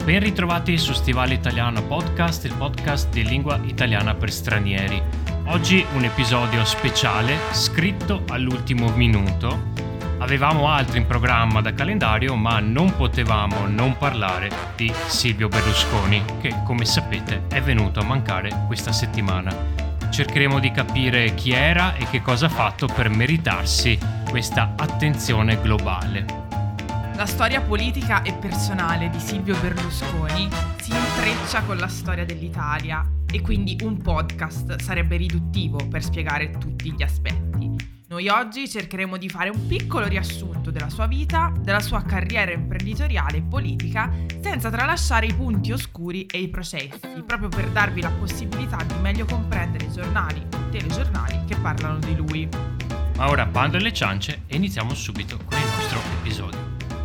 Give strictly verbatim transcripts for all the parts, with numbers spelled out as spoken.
Ben ritrovati su Stivale Italiano Podcast, il podcast di lingua italiana per stranieri. Oggi un episodio speciale, scritto all'ultimo minuto. Avevamo altro in programma da calendario, ma non potevamo non parlare di Silvio Berlusconi, che come sapete è venuto a mancare questa settimana. Cercheremo di capire chi era e che cosa ha fatto per meritarsi questa attenzione globale. La storia politica e personale di Silvio Berlusconi si intreccia con la storia dell'Italia e quindi un podcast sarebbe riduttivo per spiegare tutti gli aspetti. Noi oggi cercheremo di fare un piccolo riassunto della sua vita, della sua carriera imprenditoriale e politica, senza tralasciare i punti oscuri e i processi, proprio per darvi la possibilità di meglio comprendere i giornali o telegiornali che parlano di lui. Ma ora bando alle ciance e iniziamo subito con il nostro episodio.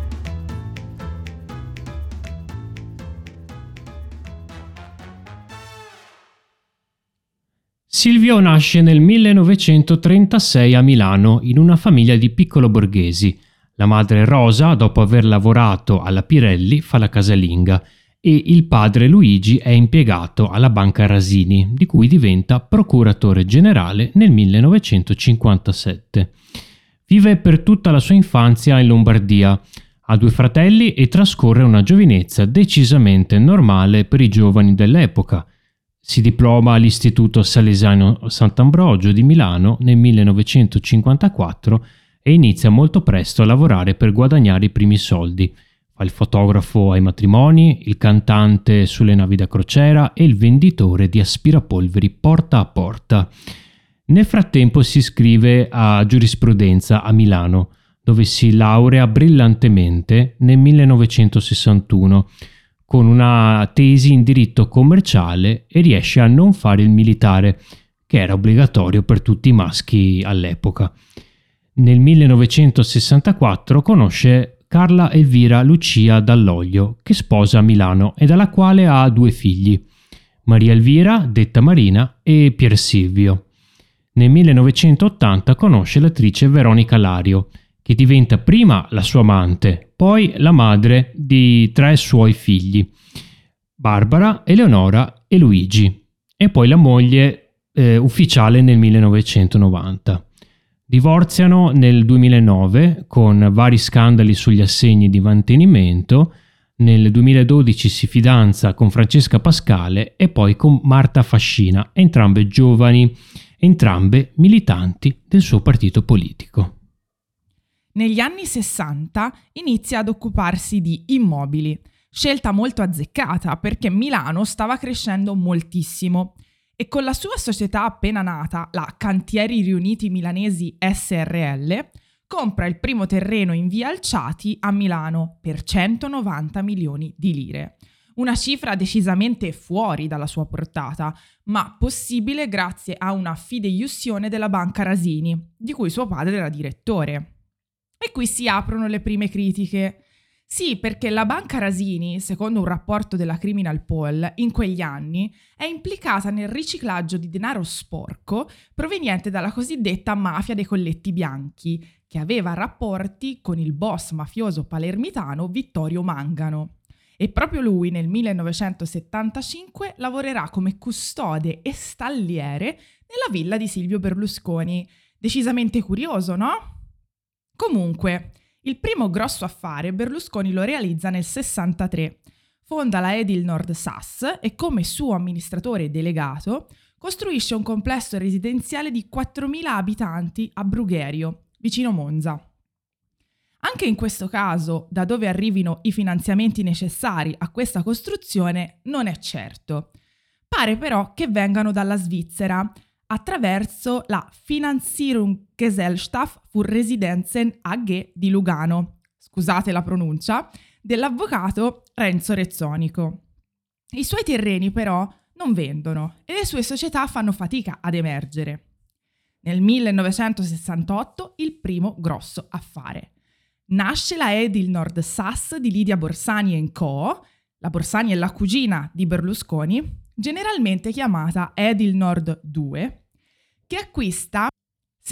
Silvio nasce nel millenovecentotrentasei a Milano in una famiglia di piccoloborghesi. La madre Rosa, dopo aver lavorato alla Pirelli, fa la casalinga e il padre Luigi è impiegato alla Banca Rasini, di cui diventa procuratore generale nel millenovecentocinquantasette. Vive per tutta la sua infanzia in Lombardia, ha due fratelli e trascorre una giovinezza decisamente normale per i giovani dell'epoca. Si diploma all'Istituto Salesiano Sant'Ambrogio di Milano nel millenovecentocinquantaquattro e inizia molto presto a lavorare per guadagnare i primi soldi. Fa il fotografo ai matrimoni, il cantante sulle navi da crociera e il venditore di aspirapolveri porta a porta. Nel frattempo si iscrive a giurisprudenza a Milano, dove si laurea brillantemente nel millenovecentosessantuno. Con una tesi in diritto commerciale e riesce a non fare il militare, che era obbligatorio per tutti i maschi all'epoca. Nel millenovecentosessantaquattro conosce Carla Elvira Lucia Dall'Oglio, che sposa a Milano e dalla quale ha due figli, Maria Elvira, detta Marina, e Pier Silvio. Nel millenovecentottanta conosce l'attrice Veronica Lario, che diventa prima la sua amante, poi la madre di tre suoi figli, Barbara, Eleonora e Luigi, e poi la moglie eh, ufficiale nel millenovecentonovanta. Divorziano nel duemilanove con vari scandali sugli assegni di mantenimento. Nel duemiladodici si fidanza con Francesca Pascale e poi con Marta Fascina, entrambe giovani, entrambe militanti del suo partito politico. Negli anni sessanta inizia ad occuparsi di immobili, scelta molto azzeccata perché Milano stava crescendo moltissimo e con la sua società appena nata, la Cantieri Riuniti Milanesi S R L, compra il primo terreno in via Alciati a Milano per centonovanta milioni di lire. Una cifra decisamente fuori dalla sua portata, ma possibile grazie a una fideiussione della Banca Rasini, di cui suo padre era direttore. E qui si aprono le prime critiche. Sì, perché la Banca Rasini, secondo un rapporto della Criminal Poll, in quegli anni è implicata nel riciclaggio di denaro sporco proveniente dalla cosiddetta mafia dei colletti bianchi, che aveva rapporti con il boss mafioso palermitano Vittorio Mangano. E proprio lui nel millenovecentosettantacinque lavorerà come custode e stalliere nella villa di Silvio Berlusconi. Decisamente curioso, no? Comunque, il primo grosso affare Berlusconi lo realizza nel sessantatré. Fonda la Edil Nord S A S e come suo amministratore delegato costruisce un complesso residenziale di quattromila abitanti a Brugherio, vicino Monza. Anche in questo caso, da dove arrivino i finanziamenti necessari a questa costruzione non è certo. Pare però che vengano dalla Svizzera, attraverso la Finanzierungsgesellschaft für Residenzen A G di Lugano, scusate la pronuncia, dell'avvocato Renzo Rezzonico. I suoi terreni però non vendono e le sue società fanno fatica ad emergere. Nel millenovecentosessantotto il primo grosso affare. Nasce la Edil Nord S A S di Lidia Borsani and Co., la Borsani è la cugina di Berlusconi, generalmente chiamata Edil Nord due, che acquista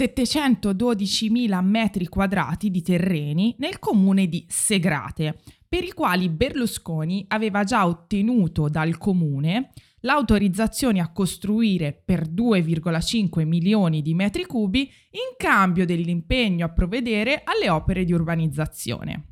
settecentododicimila metri quadrati di terreni nel comune di Segrate per i quali Berlusconi aveva già ottenuto dal comune l'autorizzazione a costruire per due virgola cinque milioni di metri cubi in cambio dell'impegno a provvedere alle opere di urbanizzazione.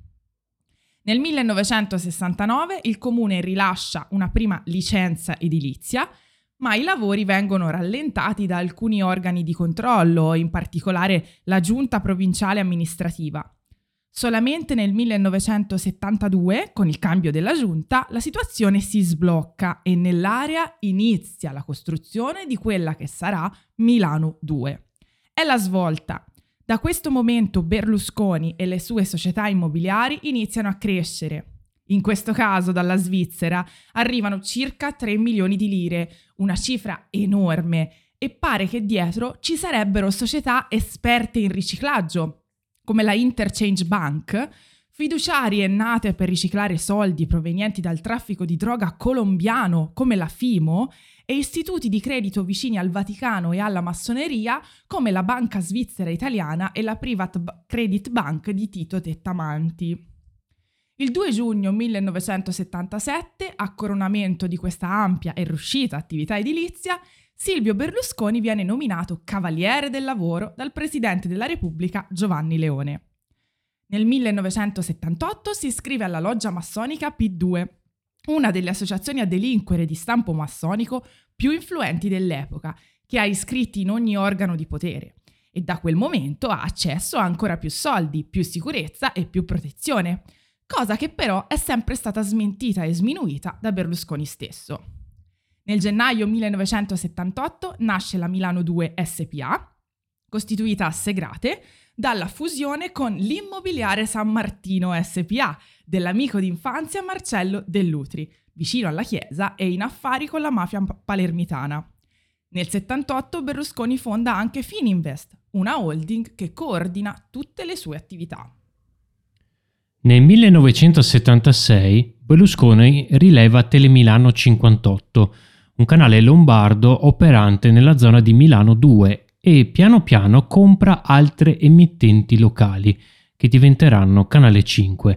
Nel millenovecentosessantanove il comune rilascia una prima licenza edilizia, ma i lavori vengono rallentati da alcuni organi di controllo, in particolare la Giunta Provinciale Amministrativa. Solamente nel millenovecentosettantadue, con il cambio della giunta, la situazione si sblocca e nell'area inizia la costruzione di quella che sarà Milano due. È la svolta. Da questo momento Berlusconi e le sue società immobiliari iniziano a crescere. In questo caso dalla Svizzera arrivano circa tre milioni di lire, una cifra enorme, e pare che dietro ci sarebbero società esperte in riciclaggio, come la Interchange Bank, fiduciarie nate per riciclare soldi provenienti dal traffico di droga colombiano, come la Fimo, e istituti di credito vicini al Vaticano e alla massoneria, come la Banca Svizzera Italiana e la Private Credit Bank di Tito Tettamanti. Il due giugno millenovecentosettantasette, a coronamento di questa ampia e riuscita attività edilizia, Silvio Berlusconi viene nominato Cavaliere del Lavoro dal Presidente della Repubblica Giovanni Leone. Nel millenovecentosettantotto si iscrive alla loggia massonica P due, una delle associazioni a delinquere di stampo massonico più influenti dell'epoca, che ha iscritti in ogni organo di potere, e da quel momento ha accesso a ancora più soldi, più sicurezza e più protezione, cosa che però è sempre stata smentita e sminuita da Berlusconi stesso. Nel gennaio millenovecentosettantotto nasce la Milano due S P A, costituita a Segrate dalla fusione con l'Immobiliare San Martino S P A dell'amico d'infanzia Marcello Dell'Utri, vicino alla chiesa e in affari con la mafia palermitana. Nel settantotto Berlusconi fonda anche Fininvest, una holding che coordina tutte le sue attività. Nel millenovecentosettantasei Berlusconi rileva Telemilano cinquantotto, un canale lombardo operante nella zona di Milano due, e piano piano compra altre emittenti locali che diventeranno Canale cinque.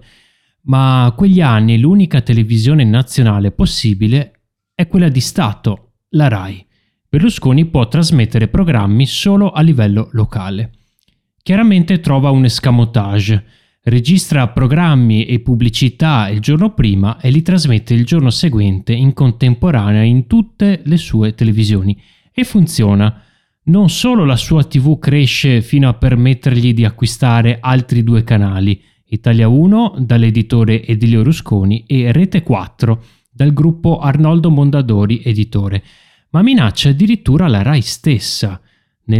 Ma quegli anni l'unica televisione nazionale possibile è quella di Stato, la Rai. Berlusconi può trasmettere programmi solo a livello locale. Chiaramente trova un escamotage. Registra programmi e pubblicità il giorno prima e li trasmette il giorno seguente in contemporanea in tutte le sue televisioni. E funziona. Non solo la sua tivù cresce fino a permettergli di acquistare altri due canali, Italia uno dall'editore Edilio Rusconi e Rete quattro dal gruppo Arnoldo Mondadori editore, ma minaccia addirittura la Rai stessa. Nel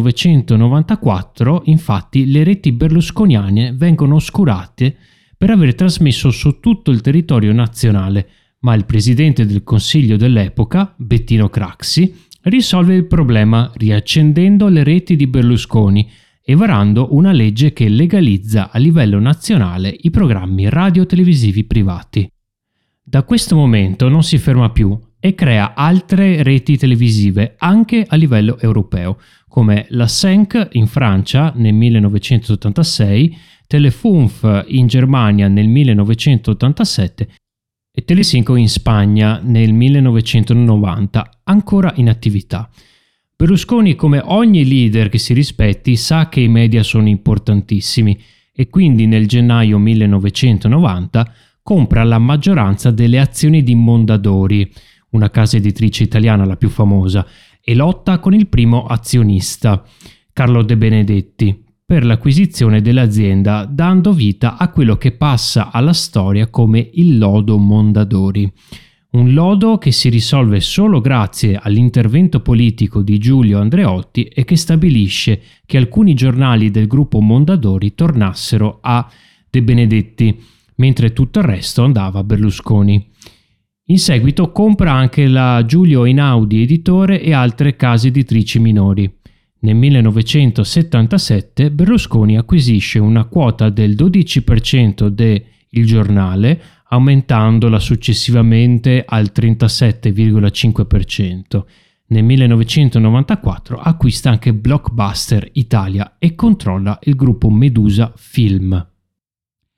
millenovecentonovantaquattro, infatti, le reti berlusconiane vengono oscurate per aver trasmesso su tutto il territorio nazionale, ma il presidente del Consiglio dell'epoca, Bettino Craxi, risolve il problema riaccendendo le reti di Berlusconi e varando una legge che legalizza a livello nazionale i programmi radio-televisivi privati. Da questo momento non si ferma più e crea altre reti televisive anche a livello europeo, come la cinque in Francia nel millenovecentottantasei, Telefunf in Germania nel millenovecentottantasette e Telecinco in Spagna nel millenovecentonovanta, ancora in attività. Berlusconi, come ogni leader che si rispetti, sa che i media sono importantissimi e quindi nel gennaio millenovecentonovanta compra la maggioranza delle azioni di Mondadori, una casa editrice italiana la più famosa, e lotta con il primo azionista, Carlo De Benedetti, per l'acquisizione dell'azienda, dando vita a quello che passa alla storia come il lodo Mondadori. Un lodo che si risolve solo grazie all'intervento politico di Giulio Andreotti e che stabilisce che alcuni giornali del gruppo Mondadori tornassero a De Benedetti, mentre tutto il resto andava a Berlusconi. In seguito compra anche la Giulio Einaudi editore e altre case editrici minori. Nel millenovecentosettantasette Berlusconi acquisisce una quota del dodici per cento de Il Giornale, aumentandola successivamente al trentasette virgola cinque per cento. Nel millenovecentonovantaquattro acquista anche Blockbuster Italia e controlla il gruppo Medusa Film.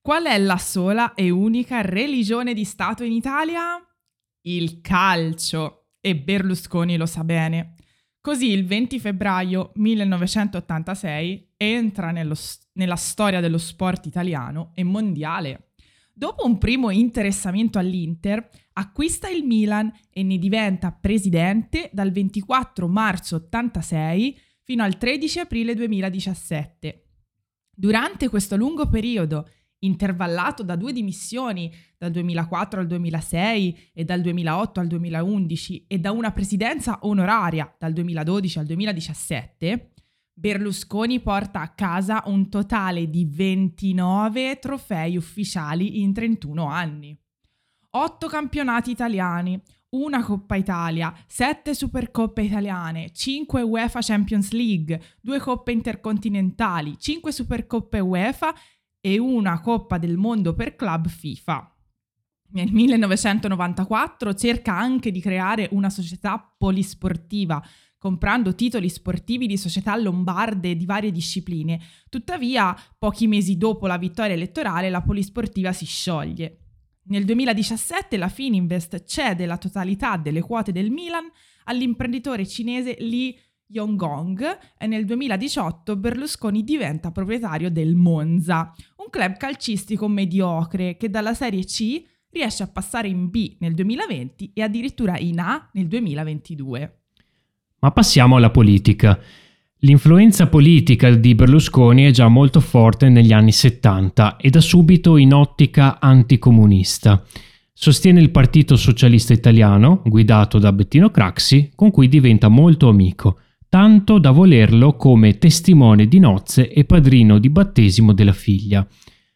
Qual è la sola e unica religione di Stato in Italia? Il calcio. E Berlusconi lo sa bene. Così il venti febbraio millenovecentottantasei entra nello, nella storia dello sport italiano e mondiale. Dopo un primo interessamento all'Inter, acquista il Milan e ne diventa presidente dal ventiquattro marzo ottantasei fino al tredici aprile duemiladiciassette. Durante questo lungo periodo, intervallato da due dimissioni dal duemilaquattro al duemilasei e dal duemilaotto al duemilaundici e da una presidenza onoraria dal duemiladodici al duemiladiciassette, Berlusconi porta a casa un totale di ventinove trofei ufficiali in trentuno anni. otto campionati italiani, una Coppa Italia, sette Supercoppe italiane, cinque UEFA Champions League, due Coppe Intercontinentali, cinque Supercoppe UEFA e una Coppa del Mondo per club FIFA. Nel millenovecentonovantaquattro cerca anche di creare una società polisportiva, comprando titoli sportivi di società lombarde di varie discipline. Tuttavia, pochi mesi dopo la vittoria elettorale, la polisportiva si scioglie. Nel duemiladiciassette la Fininvest cede la totalità delle quote del Milan all'imprenditore cinese Lee Yong-gong e nel duemiladiciotto Berlusconi diventa proprietario del Monza, un club calcistico mediocre che dalla Serie C riesce a passare in B nel duemilaventi e addirittura in A nel duemilaventidue. Ma passiamo alla politica. L'influenza politica di Berlusconi è già molto forte negli anni settanta e da subito in ottica anticomunista. Sostiene il Partito Socialista Italiano, guidato da Bettino Craxi, con cui diventa molto amico, tanto da volerlo come testimone di nozze e padrino di battesimo della figlia.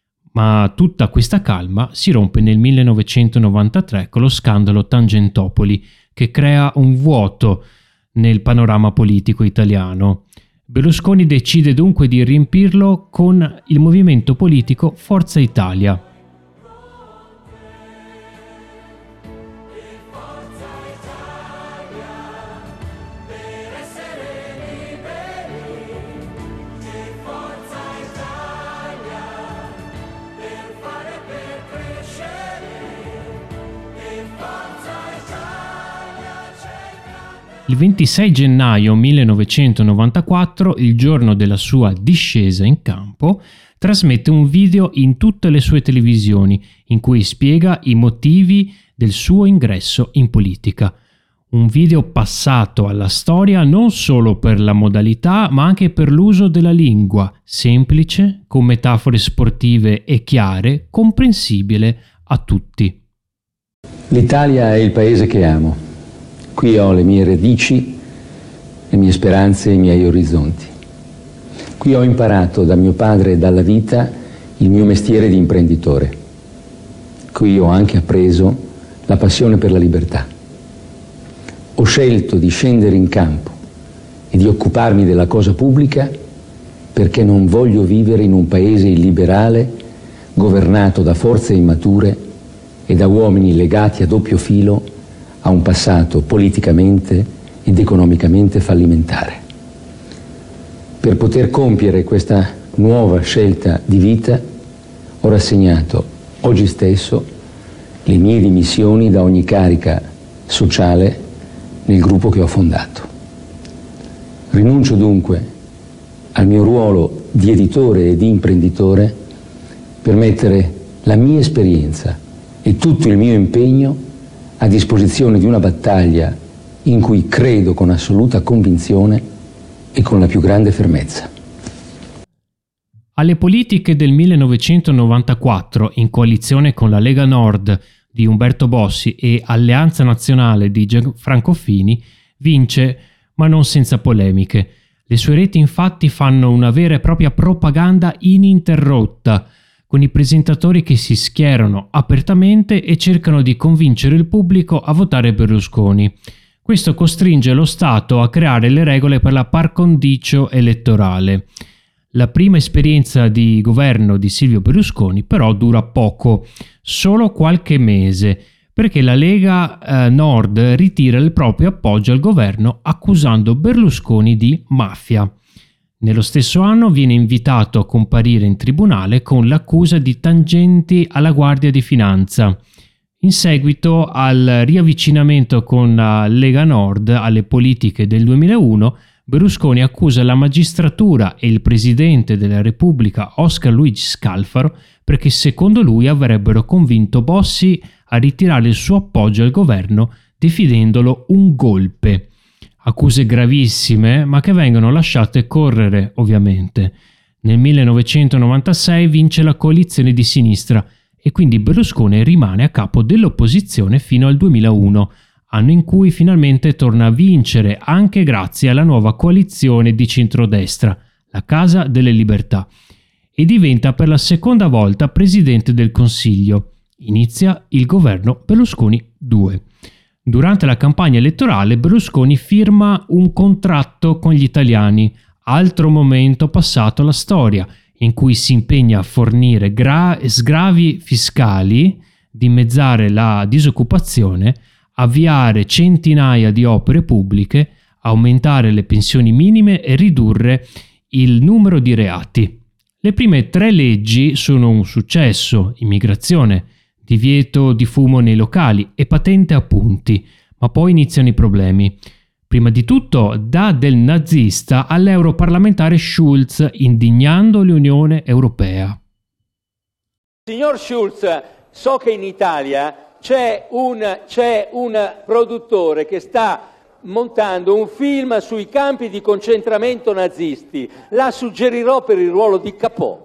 Ma tutta questa calma si rompe nel millenovecentonovantatré con lo scandalo Tangentopoli, che crea un vuoto nel panorama politico italiano. Berlusconi decide dunque di riempirlo con il movimento politico Forza Italia. Il ventisei gennaio millenovecentonovantaquattro, il giorno della sua discesa in campo, trasmette un video in tutte le sue televisioni in cui spiega i motivi del suo ingresso in politica. Un video passato alla storia non solo per la modalità, ma anche per l'uso della lingua, semplice, con metafore sportive e chiare, comprensibile a tutti. L'Italia è il paese che amo. Qui ho le mie radici, le mie speranze e i miei orizzonti. Qui ho imparato da mio padre e dalla vita il mio mestiere di imprenditore. Qui ho anche appreso la passione per la libertà. Ho scelto di scendere in campo e di occuparmi della cosa pubblica perché non voglio vivere in un paese illiberale governato da forze immature e da uomini legati a doppio filo a un passato politicamente ed economicamente fallimentare. Per poter compiere questa nuova scelta di vita ho rassegnato oggi stesso le mie dimissioni da ogni carica sociale nel gruppo che ho fondato. Rinuncio dunque al mio ruolo di editore e di imprenditore per mettere la mia esperienza e tutto il mio impegno a disposizione di una battaglia in cui credo con assoluta convinzione e con la più grande fermezza. Alle politiche del millenovecentonovantaquattro, in coalizione con la Lega Nord di Umberto Bossi e Alleanza Nazionale di Gianfranco Fini, vince, ma non senza polemiche. Le sue reti infatti fanno una vera e propria propaganda ininterrotta, con i presentatori che si schierano apertamente e cercano di convincere il pubblico a votare Berlusconi. Questo costringe lo Stato a creare le regole per la par condicio elettorale. La prima esperienza di governo di Silvio Berlusconi però dura poco, solo qualche mese, perché la Lega eh, Nord ritira il proprio appoggio al governo accusando Berlusconi di mafia. Nello stesso anno viene invitato a comparire in tribunale con l'accusa di tangenti alla Guardia di Finanza. In seguito al riavvicinamento con la Lega Nord alle politiche del duemilauno, Berlusconi accusa la magistratura e il presidente della Repubblica Oscar Luigi Scalfaro perché secondo lui avrebbero convinto Bossi a ritirare il suo appoggio al governo definendolo un golpe. Accuse gravissime, ma che vengono lasciate correre, ovviamente. Nel millenovecentonovantasei vince la coalizione di sinistra e quindi Berlusconi rimane a capo dell'opposizione fino al duemilauno, anno in cui finalmente torna a vincere anche grazie alla nuova coalizione di centrodestra, la Casa delle Libertà, e diventa per la seconda volta presidente del Consiglio. Inizia il governo Berlusconi due. Durante la campagna elettorale Berlusconi firma un contratto con gli italiani, altro momento passato alla storia, in cui si impegna a fornire gra- sgravi fiscali, dimezzare la disoccupazione, avviare centinaia di opere pubbliche, aumentare le pensioni minime e ridurre il numero di reati. Le prime tre leggi sono un successo: immigrazione, divieto di fumo nei locali e patente a punti, ma poi iniziano i problemi. Prima di tutto da del nazista all'europarlamentare Schulz, indignando l'Unione Europea. Signor Schulz, so che in Italia c'è un, c'è un produttore che sta montando un film sui campi di concentramento nazisti. La suggerirò per il ruolo di Capò.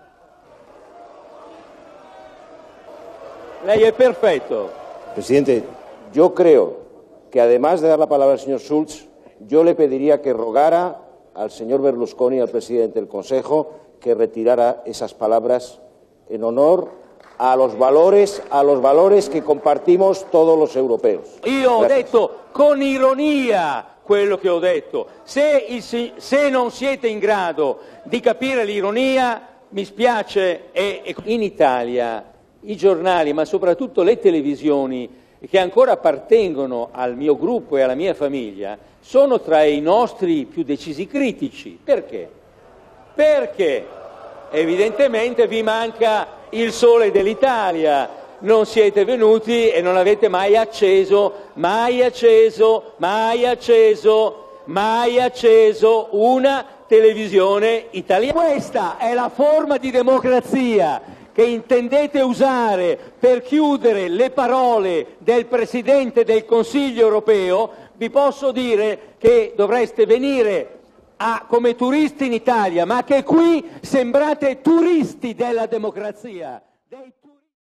Lei è perfetto. Presidente, yo creo que además de dar la palabra al señor Schulz, yo le pediría que rogara al señor Berlusconi, al presidente del Consejo, que retirara esas palabras en honor a los valores, a los valores que compartimos todos los europeos. Io ho Grazie. detto con ironia quello che ho detto. Se, il, se non siete in grado di capire l'ironia, mi spiace. E, e in Italia i giornali, ma soprattutto le televisioni che ancora appartengono al mio gruppo e alla mia famiglia, sono tra i nostri più decisi critici. Perché? Perché evidentemente vi manca il sole dell'Italia, non siete venuti e non avete mai acceso, mai acceso, mai acceso, mai acceso una televisione italiana. Questa è la forma di democrazia che intendete usare per chiudere le parole del Presidente del Consiglio europeo. Vi posso dire che dovreste venire a, come turisti in Italia, ma che qui sembrate turisti della democrazia. Dei turisti...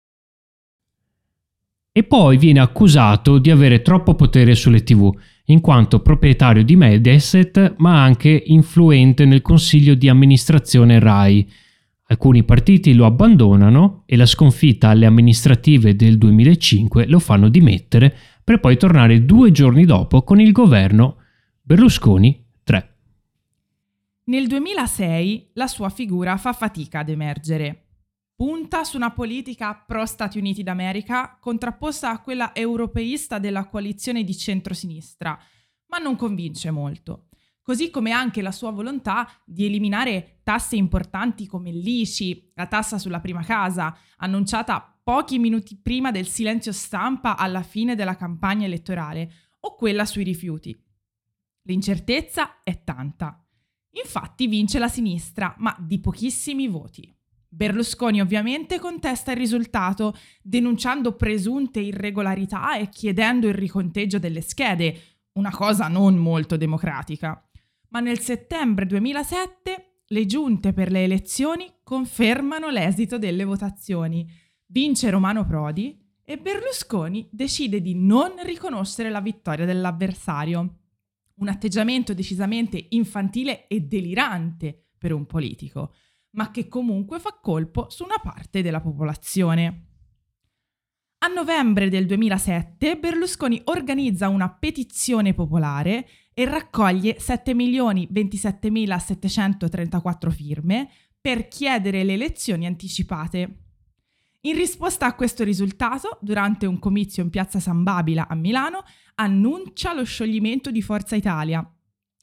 E poi viene accusato di avere troppo potere sulle tivù, in quanto proprietario di Mediaset, ma anche influente nel consiglio di amministrazione Rai. Alcuni partiti lo abbandonano e la sconfitta alle amministrative del duemilacinque lo fanno dimettere per poi tornare due giorni dopo con il governo Berlusconi tre. Nel duemilasei la sua figura fa fatica ad emergere. Punta su una politica pro-Stati Uniti d'America contrapposta a quella europeista della coalizione di centrosinistra, ma non convince molto. Così come anche la sua volontà di eliminare tasse importanti come l'I C I, la tassa sulla prima casa, annunciata pochi minuti prima del silenzio stampa alla fine della campagna elettorale, o quella sui rifiuti. L'incertezza è tanta. Infatti vince la sinistra, ma di pochissimi voti. Berlusconi ovviamente contesta il risultato, denunciando presunte irregolarità e chiedendo il riconteggio delle schede, una cosa non molto democratica. Ma nel settembre duemilasette le giunte per le elezioni confermano l'esito delle votazioni. Vince Romano Prodi e Berlusconi decide di non riconoscere la vittoria dell'avversario. Un atteggiamento decisamente infantile e delirante per un politico, ma che comunque fa colpo su una parte della popolazione. A novembre del duemilasette Berlusconi organizza una petizione popolare e raccoglie sette milioni ventisettemilasettecentotrentaquattro firme per chiedere le elezioni anticipate. In risposta a questo risultato, durante un comizio in piazza San Babila a Milano, annuncia lo scioglimento di Forza Italia.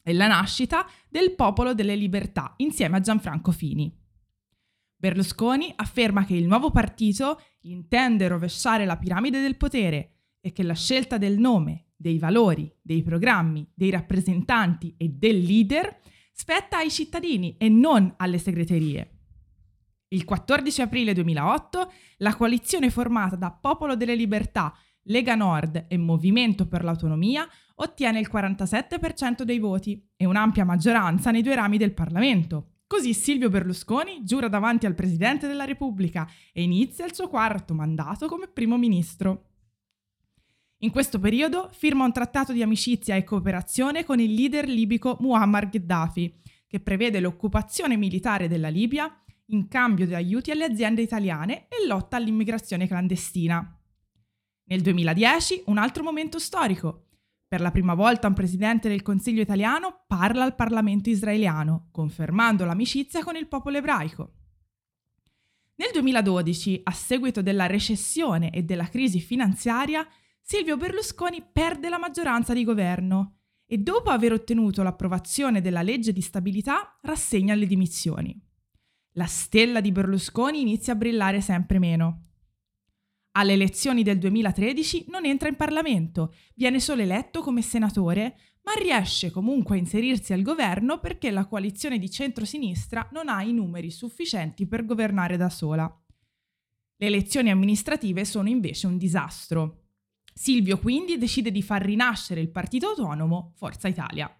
e la nascita del Popolo delle Libertà insieme a Gianfranco Fini. Berlusconi afferma che il nuovo partito intende rovesciare la piramide del potere e che la scelta del nome, dei valori, dei programmi, dei rappresentanti e del leader spetta ai cittadini e non alle segreterie. Il quattordici aprile duemilaotto la coalizione formata da Popolo delle Libertà, Lega Nord e Movimento per l'Autonomia ottiene il quarantasette per cento dei voti e un'ampia maggioranza nei due rami del Parlamento. Così Silvio Berlusconi giura davanti al Presidente della Repubblica e inizia il suo quarto mandato come primo ministro. In questo periodo firma un trattato di amicizia e cooperazione con il leader libico Muammar Gheddafi, che prevede l'occupazione militare della Libia in cambio di aiuti alle aziende italiane e lotta all'immigrazione clandestina. Nel duemiladieci, un altro momento storico. Per la prima volta un presidente del Consiglio italiano parla al Parlamento israeliano, confermando l'amicizia con il popolo ebraico. Nel duemiladodici, a seguito della recessione e della crisi finanziaria, Silvio Berlusconi perde la maggioranza di governo e dopo aver ottenuto l'approvazione della legge di stabilità rassegna le dimissioni. La stella di Berlusconi inizia a brillare sempre meno. Alle elezioni del duemilatredici non entra in Parlamento, viene solo eletto come senatore, ma riesce comunque a inserirsi al governo perché la coalizione di centrosinistra non ha i numeri sufficienti per governare da sola. Le elezioni amministrative sono invece un disastro. Silvio quindi decide di far rinascere il partito autonomo Forza Italia.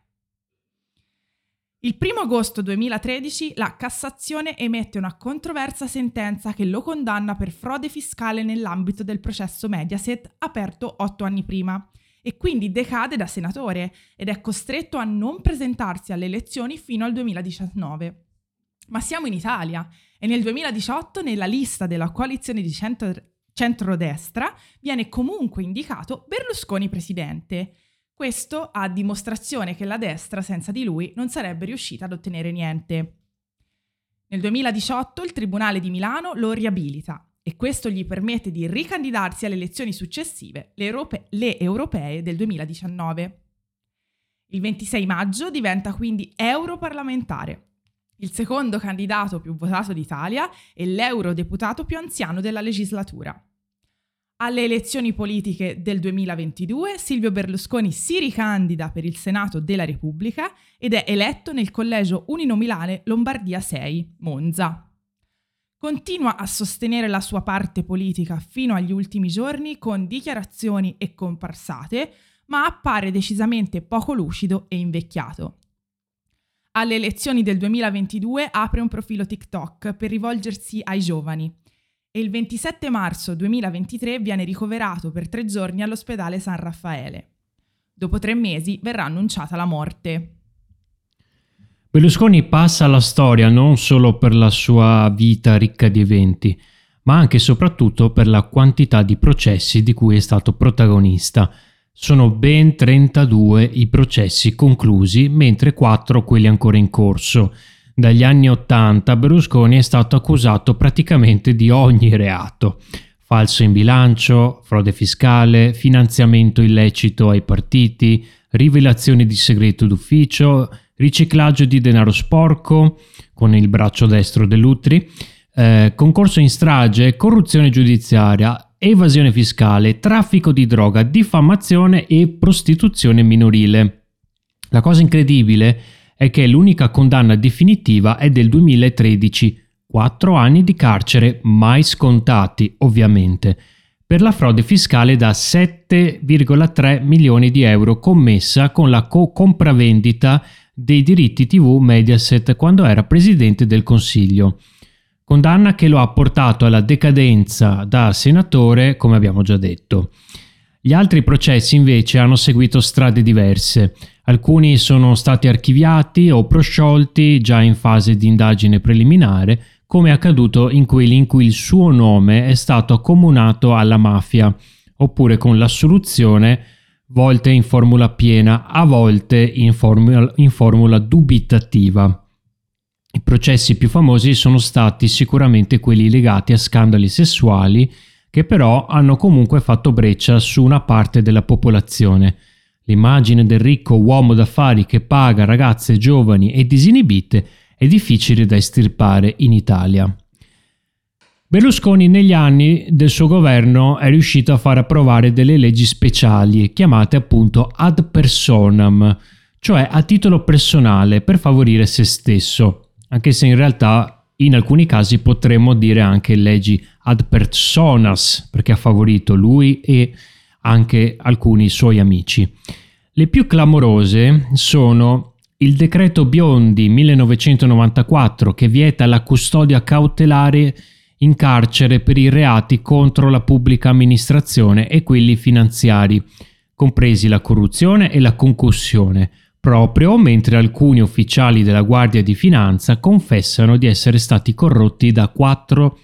Il primo agosto duemilatredici la Cassazione emette una controversa sentenza che lo condanna per frode fiscale nell'ambito del processo Mediaset aperto otto anni prima e quindi decade da senatore ed è costretto a non presentarsi alle elezioni fino al duemiladiciannove. Ma siamo in Italia e nel duemiladiciotto nella lista della coalizione di centro- centrodestra viene comunque indicato Berlusconi presidente. Questo a dimostrazione che la destra senza di lui non sarebbe riuscita ad ottenere niente. Nel duemiladiciotto il Tribunale di Milano lo riabilita e questo gli permette di ricandidarsi alle elezioni successive, le, europe- le europee del duemiladiciannove. Il ventisei maggio diventa quindi europarlamentare, il secondo candidato più votato d'Italia e l'eurodeputato più anziano della legislatura. Alle elezioni politiche del duemilaventidue Silvio Berlusconi si ricandida per il Senato della Repubblica ed è eletto nel collegio uninominale Lombardia sei, Monza. Continua a sostenere la sua parte politica fino agli ultimi giorni con dichiarazioni e comparsate, ma appare decisamente poco lucido e invecchiato. Alle elezioni del duemilaventidue apre un profilo TikTok per rivolgersi ai giovani e il ventisette marzo duemilaventitré viene ricoverato per tre giorni all'ospedale San Raffaele. Dopo tre mesi verrà annunciata la morte. Berlusconi passa alla storia non solo per la sua vita ricca di eventi, ma anche e soprattutto per la quantità di processi di cui è stato protagonista. Sono ben trentadue i processi conclusi, mentre quattro quelli ancora in corso. Dagli anni ottanta Berlusconi è stato accusato praticamente di ogni reato: falso in bilancio, frode fiscale, finanziamento illecito ai partiti, rivelazione di segreto d'ufficio, riciclaggio di denaro sporco con il braccio destro dell'Utri, eh, concorso in strage, corruzione giudiziaria, evasione fiscale, traffico di droga, diffamazione e prostituzione minorile. La cosa incredibile è che l'unica condanna definitiva è del duemilatredici, quattro anni di carcere mai scontati, ovviamente, per la frode fiscale da sette virgola tre milioni di euro commessa con la co- compravendita dei diritti tivù Mediaset quando era presidente del Consiglio. Condanna che lo ha portato alla decadenza da senatore, come abbiamo già detto. Gli altri processi invece hanno seguito strade diverse. Alcuni sono stati archiviati o prosciolti già in fase di indagine preliminare, come è accaduto in quelli in cui il suo nome è stato accomunato alla mafia, oppure con l'assoluzione, volte in formula piena, a volte in formula, in formula dubitativa. I processi più famosi sono stati sicuramente quelli legati a scandali sessuali, che però hanno comunque fatto breccia su una parte della popolazione. L'immagine del ricco uomo d'affari che paga ragazze giovani e disinibite è difficile da estirpare in Italia. Berlusconi negli anni del suo governo è riuscito a far approvare delle leggi speciali chiamate appunto ad personam, cioè a titolo personale per favorire se stesso, anche se in realtà in alcuni casi potremmo dire anche leggi ad personas, perché ha favorito lui e anche alcuni suoi amici. Le più clamorose sono il decreto Biondi millenovecentonovantaquattro, che vieta la custodia cautelare in carcere per i reati contro la pubblica amministrazione e quelli finanziari, compresi la corruzione e la concussione, proprio mentre alcuni ufficiali della Guardia di Finanza confessano di essere stati corrotti da quattro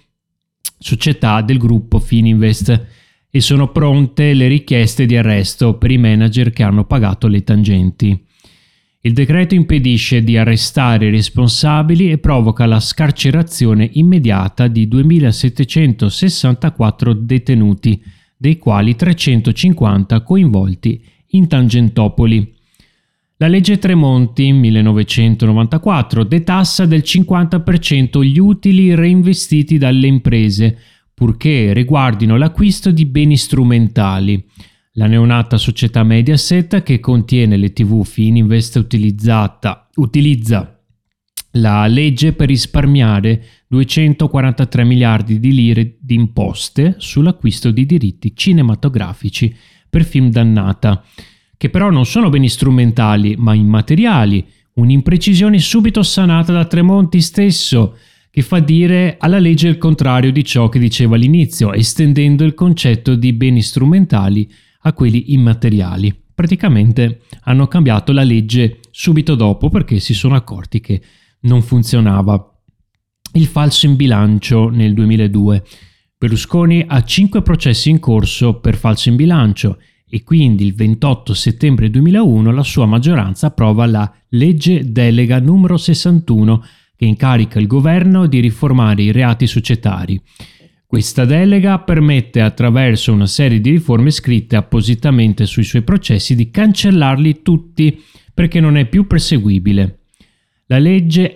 società del gruppo Fininvest e sono pronte le richieste di arresto per i manager che hanno pagato le tangenti. Il decreto impedisce di arrestare i responsabili e provoca la scarcerazione immediata di duemilasettecentosessantaquattro detenuti, dei quali trecentocinquanta coinvolti in Tangentopoli. La legge Tremonti millenovecentonovantaquattro detassa del cinquanta per cento gli utili reinvestiti dalle imprese, purché riguardino l'acquisto di beni strumentali. La neonata società Mediaset, che contiene le tivù Fininvest, utilizzata, utilizza la legge per risparmiare duecentoquarantatré miliardi di lire di imposte sull'acquisto di diritti cinematografici per film dannata, che però non sono beni strumentali ma immateriali, un'imprecisione subito sanata da Tremonti stesso, che fa dire alla legge il contrario di ciò che diceva all'inizio, estendendo il concetto di beni strumentali a quelli immateriali. Praticamente hanno cambiato la legge subito dopo perché si sono accorti che non funzionava. Il falso in bilancio nel duemiladue. Berlusconi ha cinque processi in corso per falso in bilancio e quindi il ventotto settembre duemilauno la sua maggioranza approva la legge delega numero sessantuno che incarica il governo di riformare i reati societari. Questa delega permette, attraverso una serie di riforme scritte appositamente sui suoi processi, di cancellarli tutti perché non è più perseguibile. La legge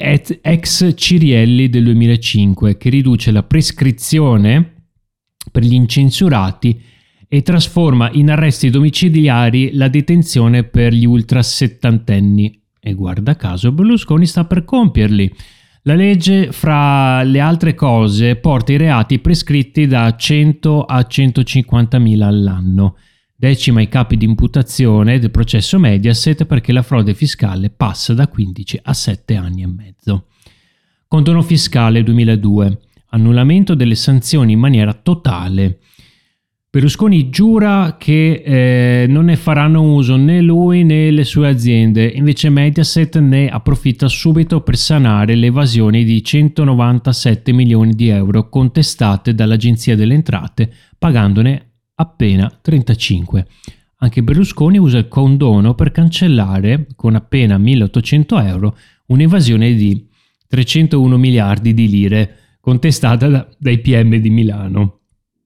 ex Cirielli del duemilacinque, che riduce la prescrizione per gli incensurati e trasforma in arresti domiciliari la detenzione per gli ultrasettantenni. E guarda caso Berlusconi sta per compierli. La legge, fra le altre cose, porta i reati prescritti da cento a centocinquantamila all'anno. Decima i capi di imputazione del processo Mediaset perché la frode fiscale passa da quindici a sette anni e mezzo. Condono fiscale duemiladue. Annullamento delle sanzioni in maniera totale. Berlusconi giura che eh, non ne faranno uso né lui né le sue aziende, invece Mediaset ne approfitta subito per sanare le evasioni di centonovantasette milioni di euro contestate dall'Agenzia delle Entrate, pagandone appena trentacinque. Anche Berlusconi usa il condono per cancellare, con appena milleottocento euro, un'evasione di trecentouno miliardi di lire contestata da, dai P M di Milano.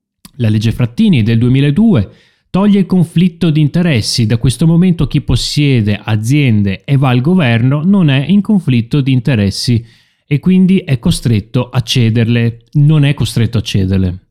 La legge Frattini del duemiladue toglie il conflitto di interessi. Da questo momento chi possiede aziende e va al governo non è in conflitto di interessi e quindi è costretto a cederle, non è costretto a cederle.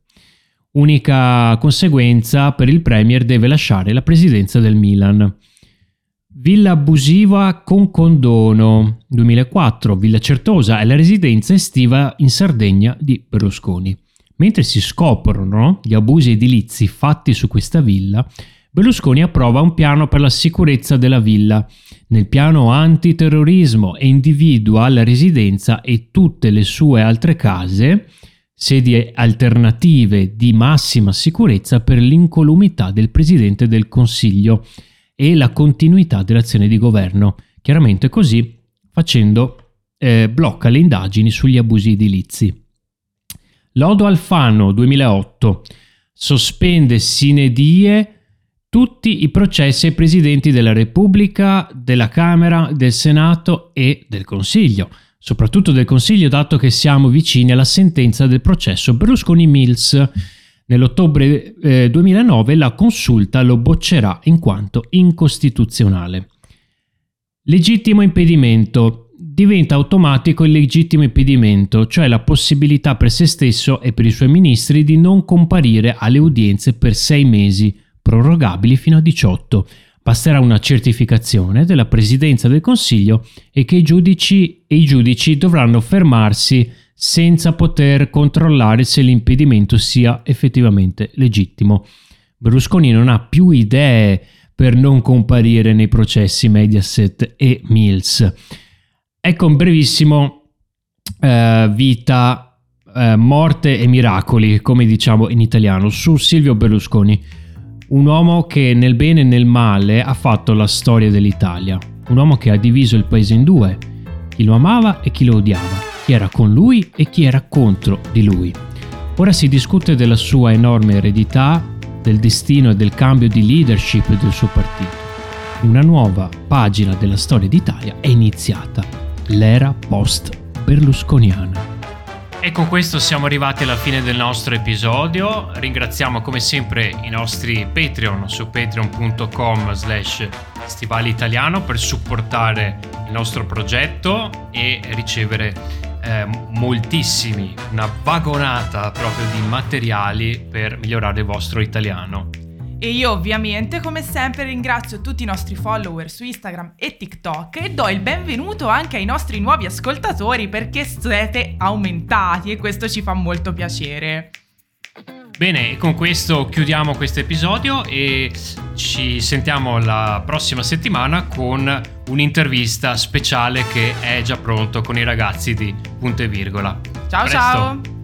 Unica conseguenza, per il Premier deve lasciare la presidenza del Milan. Villa abusiva con condono. duemilaquattro. Villa Certosa è la residenza estiva in Sardegna di Berlusconi. Mentre si scoprono gli abusi edilizi fatti su questa villa, Berlusconi approva un piano per la sicurezza della villa. Nel piano antiterrorismo e individua la residenza e tutte le sue altre case, sedi alternative di massima sicurezza per l'incolumità del Presidente del Consiglio e la continuità dell'azione di governo. Chiaramente così facendo eh, blocca le indagini sugli abusi edilizi. Lodo Alfano duemilaotto. Sospende sine die tutti i processi ai presidenti della Repubblica, della Camera, del Senato e del Consiglio. Soprattutto del Consiglio, dato che siamo vicini alla sentenza del processo Berlusconi-Mills. Nell'ottobre eh, duemilanove la consulta lo boccerà in quanto incostituzionale. Legittimo impedimento. Diventa automatico il legittimo impedimento, cioè la possibilità per se stesso e per i suoi ministri di non comparire alle udienze per sei mesi, prorogabili fino a diciotto. Basterà una certificazione della Presidenza del Consiglio e che i giudici e i giudici dovranno fermarsi senza poter controllare se l'impedimento sia effettivamente legittimo. Berlusconi non ha più idee per non comparire nei processi Mediaset e Mills. Ecco un brevissimo eh, vita, eh, morte e miracoli, come diciamo in italiano, su Silvio Berlusconi. Un uomo che nel bene e nel male ha fatto la storia dell'Italia. Un uomo che ha diviso il paese in due. Chi lo amava e chi lo odiava. Chi era con lui e chi era contro di lui. Ora si discute della sua enorme eredità, del destino e del cambio di leadership del suo partito. Una nuova pagina della storia d'Italia è iniziata. L'era post-berlusconiana. E con questo siamo arrivati alla fine del nostro episodio. Ringraziamo come sempre i nostri Patreon su patreon punto com slash stivali italiano per supportare il nostro progetto e ricevere eh, moltissimi, una vagonata proprio di materiali per migliorare il vostro italiano. E io ovviamente come sempre ringrazio tutti i nostri follower su Instagram e TikTok e do il benvenuto anche ai nostri nuovi ascoltatori perché siete aumentati e questo ci fa molto piacere. Bene, con questo chiudiamo questo episodio e ci sentiamo la prossima settimana con un'intervista speciale che è già pronto con i ragazzi di Punto e Virgola. Ciao. Presto. Ciao!